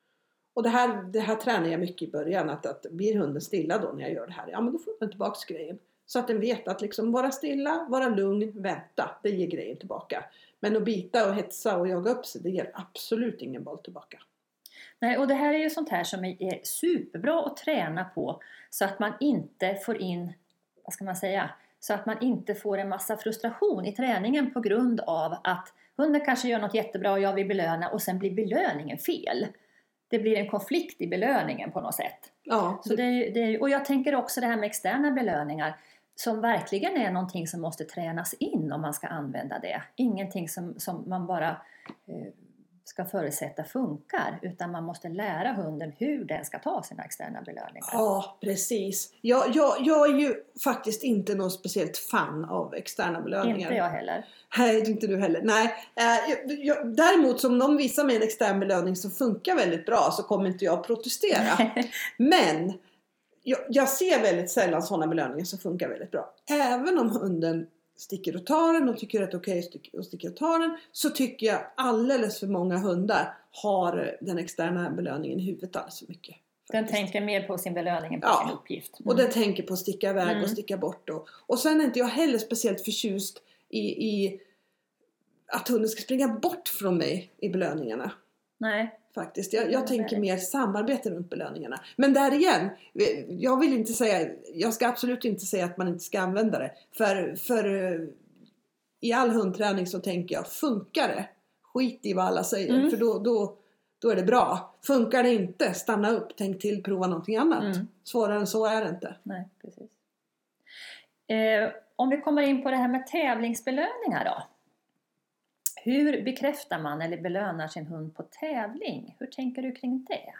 Och det här, det här tränar jag mycket i början. Att, att blir hunden stilla då när jag gör det här? Ja, men då får den tillbaka grejen. Så att den vet att liksom vara stilla, vara lugn, vänta. Det ger grejen tillbaka. Men att bita och hetsa och jaga upp sig, det ger absolut ingen boll tillbaka. Nej, och det här är ju sånt här som är superbra att träna på. Så att man inte får in, vad ska man säga, så att man inte får en massa frustration i träningen på grund av att hunden kanske gör något jättebra och jag vill belöna och sen blir belöningen fel. Det blir en konflikt i belöningen på något sätt. Ja, Så det är, det är, och jag tänker också det här med externa belöningar som verkligen är någonting som måste tränas in om man ska använda det. Ingenting som, som man bara eh, ska förutsätta funkar, utan man måste lära hunden hur den ska ta sina externa belöningar. Ja, precis. Jag, jag, jag är ju faktiskt inte någon speciellt fan av externa belöningar. Inte jag heller. Nej, inte du heller. Nej. Jag, jag, däremot som någon visar mig en extern belöning som funkar väldigt bra så kommer inte jag att protestera. Men jag, jag ser väldigt sällan sådana belöningar som funkar väldigt bra. Även om hunden sticker och tar den och tycker att det är okej att sticka och ta den, så tycker jag alldeles för många hundar har den externa belöningen i huvudet alldeles för mycket. Faktiskt. Den tänker mer på sin belöning än på ja. sin uppgift. Mm. Och den tänker på att sticka iväg mm. och sticka bort. Och, och sen är inte jag heller speciellt förtjust i, i att hunden ska springa bort från mig i belöningarna. Nej. Faktiskt. Jag, jag tänker mer samarbete runt belöningarna. Men där igen, jag vill inte säga, jag ska absolut inte säga att man inte ska använda det. För, för i all hundträning så tänker jag, funkar det? Skit i vad alla säger. Mm. För då, då, då är det bra. Funkar det inte, stanna upp, tänk till, prova någonting annat. Mm. Svårare än så är det inte. Nej, precis. Eh, om vi kommer in på det här med tävlingsbelöningar då. Hur bekräftar man eller belönar sin hund på tävling? Hur tänker du kring det?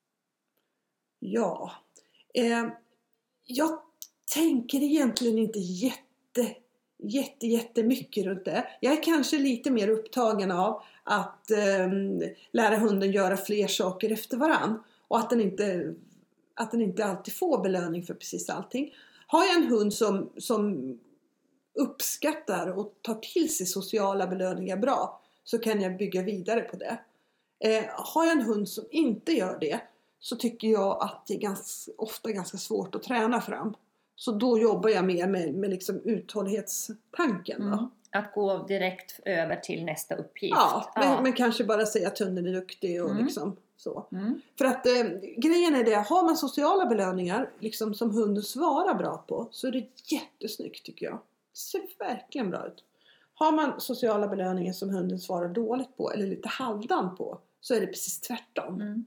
Ja, eh, jag tänker egentligen inte jätte, jätte, jättemycket runt det. Jag är kanske lite mer upptagen av att eh, lära hunden göra fler saker efter varann. Och att den inte, att den inte alltid får belöning för precis allting. Har jag en hund som... som uppskattar och tar till sig sociala belöningar bra, så kan jag bygga vidare på det. Eh, har jag en hund som inte gör det, så tycker jag att det är ganska, ofta ganska svårt att träna fram. Så då jobbar jag mer med, med liksom uthållighetstanken. Mm. Att gå direkt över till nästa uppgift. Ja, ja. Men, men kanske bara säga att hunden är duktig och mm. liksom så. Mm. För att eh, grejen är det, har man sociala belöningar liksom, som hunden svarar bra på, så är det jättesnyggt tycker jag. Det ser verkligen bra ut. Har man sociala belöningar som hunden svarar dåligt på eller lite halvdan på, så är det precis tvärtom. Mm.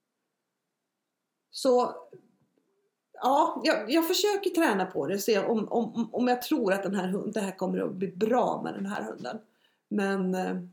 Så ja, jag, jag försöker träna på det och se om, om, om jag tror att den här hunden, det här kommer att bli bra med den här hunden. Men,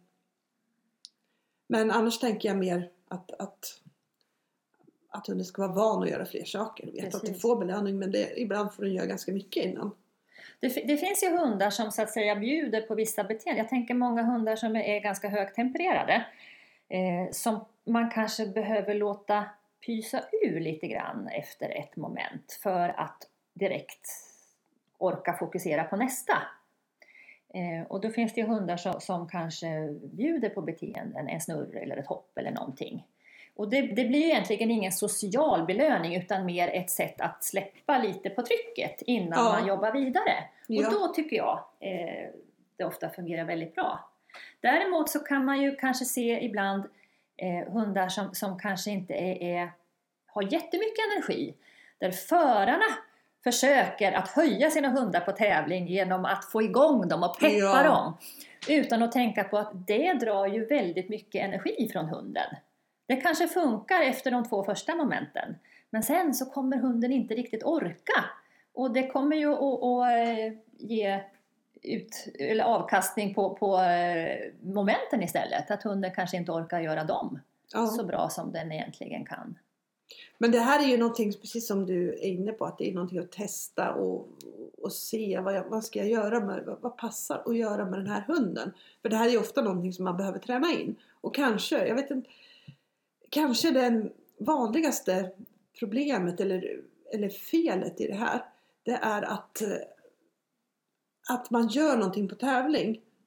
men annars tänker jag mer att, att, att hunden ska vara van att göra fler saker. Jag vet precis. Att den får belöning, men det, ibland får den göra ganska mycket innan. Det, det finns ju hundar som så att säga bjuder på vissa beteenden. Jag tänker många hundar som är ganska högtempererade. Eh, som man kanske behöver låta pysa ur lite grann efter ett moment. För att direkt orka fokusera på nästa. Eh, och då finns det ju hundar som, som kanske bjuder på beteenden. En snurr eller ett hopp eller någonting. Och det, det blir ju egentligen ingen social belöning, utan mer ett sätt att släppa lite på trycket innan ja. Man jobbar vidare. Ja. Och då tycker jag eh, det ofta fungerar väldigt bra. Däremot så kan man ju kanske se ibland eh, hundar som, som kanske inte är, är, har jättemycket energi. Där förarna försöker att höja sina hundar på tävling genom att få igång dem och peppa ja. Dem. Utan att tänka på att det drar ju väldigt mycket energi från hunden. Det kanske funkar efter de två första momenten. Men sen så kommer hunden inte riktigt orka. Och det kommer ju att, att ge ut, eller avkastning på, på momenten istället. Att hunden kanske inte orkar göra dem ja. Så bra som den egentligen kan. Men det här är ju någonting, precis som du är inne på, att det är någonting att testa och, och se vad, jag, vad ska jag göra med, vad, vad passar att göra med den här hunden. För det här är ju ofta någonting som man behöver träna in. Och kanske, jag vet inte, kanske den vanligaste problemet eller, eller felet i det här, det är att, att man gör någonting på tävling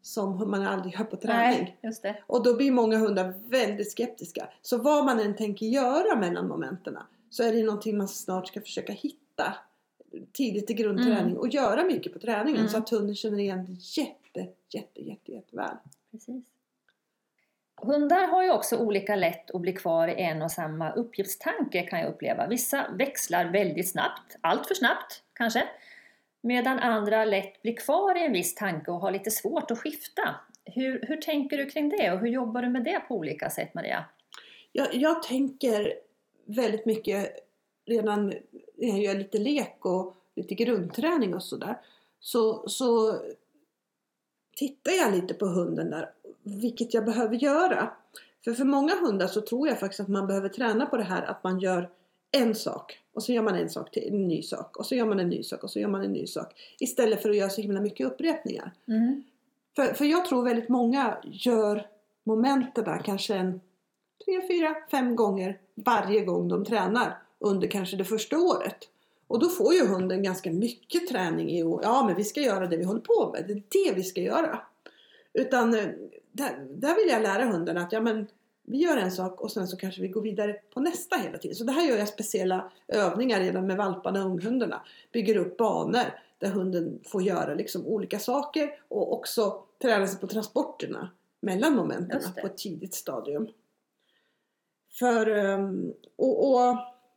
som man aldrig hör på träning. Nej, just det. Och då blir många hundar väldigt skeptiska. Så vad man än tänker göra mellan momenterna, så är det någonting man snart ska försöka hitta tidigt i grundträning. Mm. Och göra mycket på träningen. Mm. Så att hunden känner igen det jätte, jätte, jätte, jätte väl. Precis. Hundar har ju också olika lätt att bli kvar i en och samma uppgiftstanke, kan jag uppleva. Vissa växlar väldigt snabbt, allt för snabbt kanske. Medan andra lätt blir kvar i en viss tanke och har lite svårt att skifta. Hur, hur tänker du kring det och hur jobbar du med det på olika sätt, Maria? Jag, jag tänker väldigt mycket redan när jag gör lite lek och lite grundträning och sådär. Så, så tittar jag lite på hunden där, vilket jag behöver göra. För för många hundar så tror jag faktiskt att man behöver träna på det här att man gör en sak. Och så gör man en sak till, en ny sak. Och så gör man en ny sak och så gör man en ny sak. Istället för att göra så himla mycket upprepningar. Mm. För, för jag tror väldigt många gör momenten där kanske en tre, fyra, fem gånger varje gång de tränar. Under kanske det första året. Och då får ju hunden ganska mycket träning i och ja, men vi ska göra det vi håller på med. Det är det vi ska göra. Utan där, där vill jag lära hunden att ja, men vi gör en sak och sen så kanske vi går vidare på nästa hela tiden. Så det här gör jag speciella övningar redan med valparna och unghundarna. Bygger upp banor där hunden får göra liksom olika saker. Och också träna sig på transporterna mellan momenten på ett tidigt stadium. För, och, och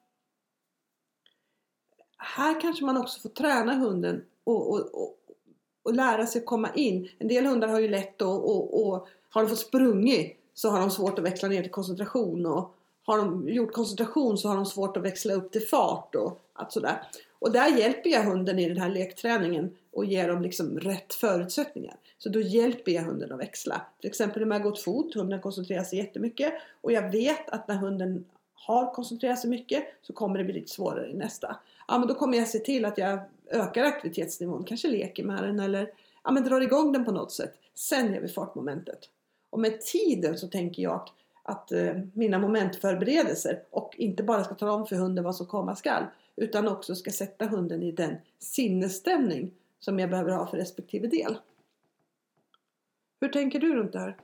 här kanske man också får träna hunden och, och, och, och lära sig komma in. En del hundar har ju lätt och, och, och har de fått sprungit så har de svårt att växla ner till koncentration. Och har de gjort koncentration så har de svårt att växla upp till fart och allt sådär. Och där hjälper jag hunden i den här lekträningen och ger dem liksom rätt förutsättningar. Så då hjälper jag hunden att växla. Till exempel när man har gått fot, hunden koncentrerar sig jättemycket. Och jag vet att när hunden har koncentrerat sig mycket så kommer det bli lite svårare i nästa. Ja, men då kommer jag se till att jag ökar aktivitetsnivån. Kanske leker med den eller ja, men drar igång den på något sätt. Sen gör vi fartmomentet. Och med tiden så tänker jag att, att eh, mina momentförberedelser och inte bara ska tala om för hunden vad som komma skall. Utan också ska sätta hunden i den sinnesstämning som jag behöver ha för respektive del. Hur tänker du runt det här?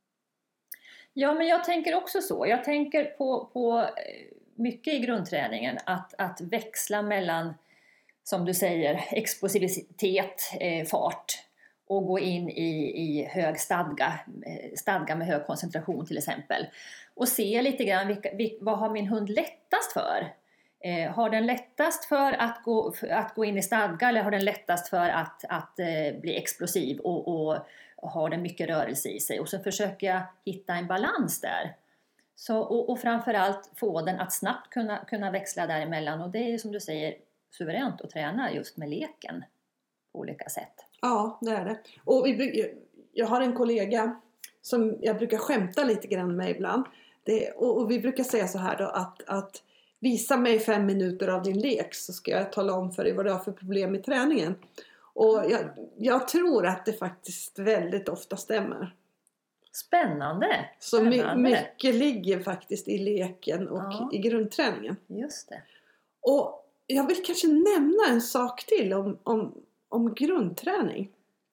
Ja, men jag tänker också så. Jag tänker på, på mycket i grundträningen att, att växla mellan, som du säger, explosivitet, eh, fart och gå in i, i hög stadga, stadga med hög koncentration till exempel. Och se lite grann vilka, vilka, vad har min hund lättast för? Eh, har den lättast för att gå, för att gå in i stadga eller har den lättast för att, att eh, bli explosiv och, och har den mycket rörelse i sig? Och så försöker jag hitta en balans där. Så, och, och framförallt få den att snabbt kunna, kunna växla däremellan. Och det är som du säger suveränt att träna just med leken på olika sätt. Ja, det är det. Och vi, jag har en kollega som jag brukar skämta lite grann med ibland. Det, och, och vi brukar säga så här då att, att visa mig fem minuter av din lek så ska jag tala om för dig vad du har för problem i träningen. Och jag, jag tror att det faktiskt väldigt ofta stämmer. Spännande. Så Spännande. mycket ligger faktiskt i leken och ja. i grundträningen. Just det. Och jag vill kanske nämna en sak till om, om, om grundträning.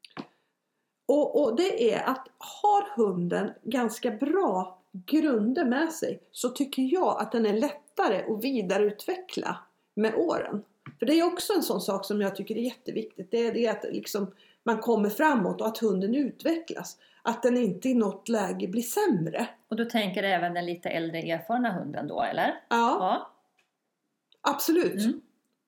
Och, och det är att har hunden ganska bra grunder med sig så tycker jag att den är lättare att vidareutveckla med åren. För det är också en sån sak som jag tycker är jätteviktigt. Det är det att liksom man kommer framåt och att hunden utvecklas. Att den inte i något läge blir sämre. Och du tänker även den lite äldre erfarna hunden då, eller? Ja, ja. Absolut. Mm.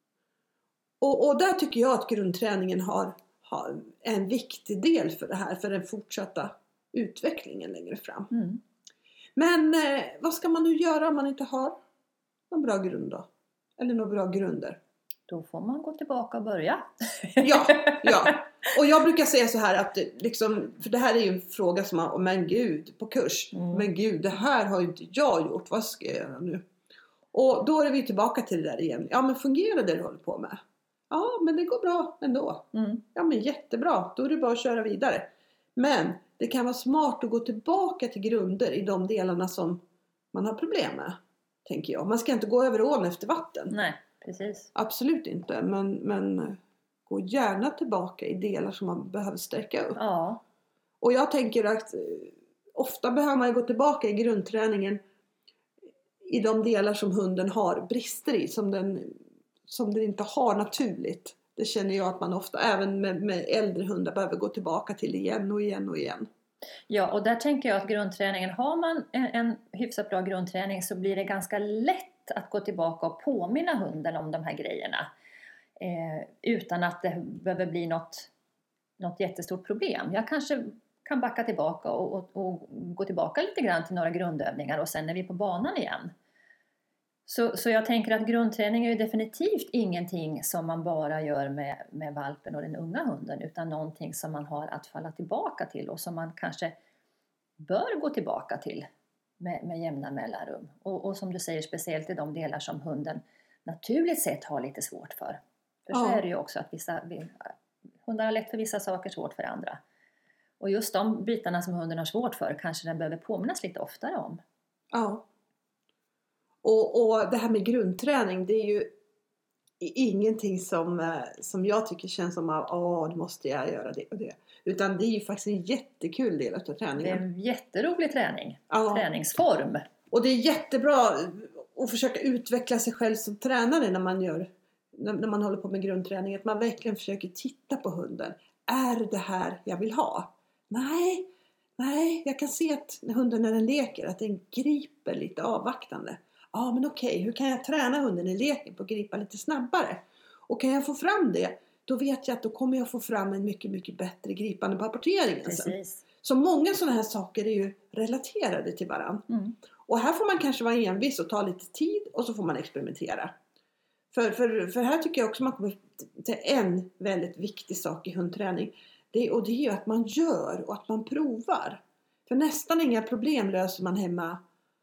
Och, och där tycker jag att grundträningen har, har en viktig del för det här. För den fortsatta utvecklingen längre fram. Mm. Men eh, vad ska man nu göra om man inte har någon bra grund då? Eller några bra grunder? Då får man gå tillbaka och börja. Ja, ja. Och jag brukar säga så här att liksom, för det här är ju en fråga som man, men gud, på kurs. Mm. Men gud, det här har ju inte jag gjort. Vad ska jag göra nu? Och då är vi tillbaka till det där igen. Ja, men fungerar det du håller på med? Ja, men det går bra ändå. Mm. Ja, men jättebra. Då är det bara att köra vidare. Men det kan vara smart att gå tillbaka till grunder i de delarna som man har problem med. Tänker jag. Man ska inte gå över ån efter vatten. Nej, precis. Absolut inte. Men, men gå gärna tillbaka i delar som man behöver stärka upp. Ja. Och jag tänker att ofta behöver man gå tillbaka i grundträningen i de delar som hunden har brister i, som den, som den inte har naturligt. Det känner jag att man ofta, även med, med äldre hundar, behöver gå tillbaka till igen och igen och igen. Ja, och där tänker jag att grundträningen, har man en, en hyfsat bra grundträning så blir det ganska lätt att gå tillbaka och påminna hunden om de här grejerna. Eh, utan att det behöver bli något, något jättestort problem. Jag kanske kan backa tillbaka och, och, och gå tillbaka lite grann till några grundövningar och sen är vi på banan igen. Så, så jag tänker att grundträning är ju definitivt ingenting som man bara gör med, med valpen och den unga hunden, utan någonting som man har att falla tillbaka till och som man kanske bör gå tillbaka till med, med jämna mellanrum. Och, och som du säger, speciellt i de delar som hunden naturligt sett har lite svårt för. För så Ja. är det ju också att vissa, hundar har lätt för vissa saker, svårt för andra. Och just de bitarna som hunden har svårt för kanske den behöver påminnas lite oftare om. Ja. Och, och det här med grundträning, det är ju ingenting som, som jag tycker känns som att åh, nu måste jag göra det och det. Utan det är ju faktiskt en jättekul del av träningen. Det är en jätterolig träning. Ja. Träningsform. Och det är jättebra att försöka utveckla sig själv som tränare när man gör, när, när man håller på med grundträning. Att man verkligen försöker titta på hunden. Är det här jag vill ha? Nej, nej, jag kan se att hunden när den leker, att den griper lite avvaktande. Ja, men okej, hur kan jag träna hunden i leken på att gripa lite snabbare? Och kan jag få fram det, då vet jag att då kommer jag få fram en mycket, mycket bättre gripande på apporteringen. Precis. Så många sådana här saker är ju relaterade till varandra. Mm. Och här får man kanske vara envis och ta lite tid och så får man experimentera. För, för, för här tycker jag också man kommer till en väldigt viktig sak i hundträning. Det, och det är ju att man gör och att man provar. För nästan inga problem löser man hemma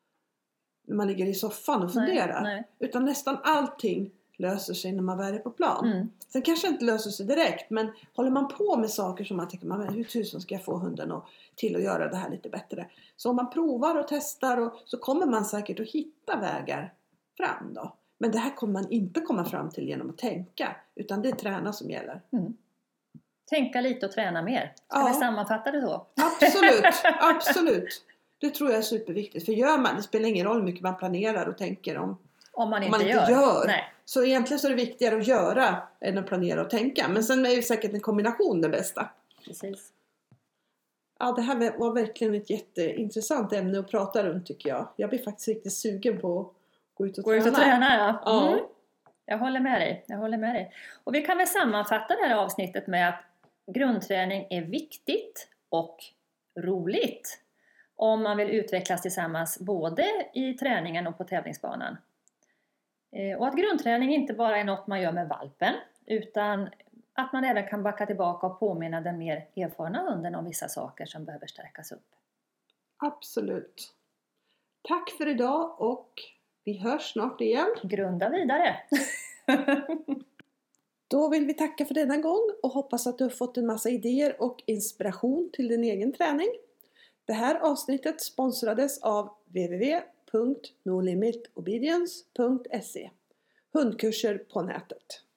när man ligger i soffan och funderar. Nej, nej. Utan nästan allting löser sig när man väl är på plan. Mm. Sen kanske inte löser sig direkt. Men håller man på med saker som man tänker, man, hur tusen ska jag få hunden att, till att göra det här lite bättre. Så om man provar och testar och, så kommer man säkert att hitta vägar fram då. Men det här kommer man inte komma fram till genom att tänka. Utan det är träna som gäller. Mm. Tänka lite och träna mer. Ska Ja. vi sammanfatta det så? Absolut, absolut. Det tror jag är superviktigt. För gör man, det spelar ingen roll hur mycket man planerar och tänker om. Om man Om inte, man inte gör. gör. Nej. Så egentligen så är det viktigare att göra än att planera och tänka. Men sen är ju säkert en kombination det bästa. Precis. Ja, det här var verkligen ett jätteintressant ämne att prata runt tycker jag. Jag blir faktiskt riktigt sugen på att gå ut och Gå träna. ut och träna, ja. Ja. Mm. Jag håller med dig. Jag håller med dig. Och vi kan väl sammanfatta det här avsnittet med att grundträning är viktigt och roligt. Om man vill utvecklas tillsammans både i träningen och på tävlingsbanan. Och att grundträning inte bara är något man gör med valpen, utan att man även kan backa tillbaka och påminna den mer erfarna hunden om vissa saker som behöver stärkas upp. Absolut. Tack för idag och vi hörs snart igen. Grunda vidare! Då vill vi tacka för denna gång och hoppas att du har fått en massa idéer och inspiration till din egen träning. Det här avsnittet sponsrades av w w w punkt no limit obedience punkt se. Hundkurser på nätet.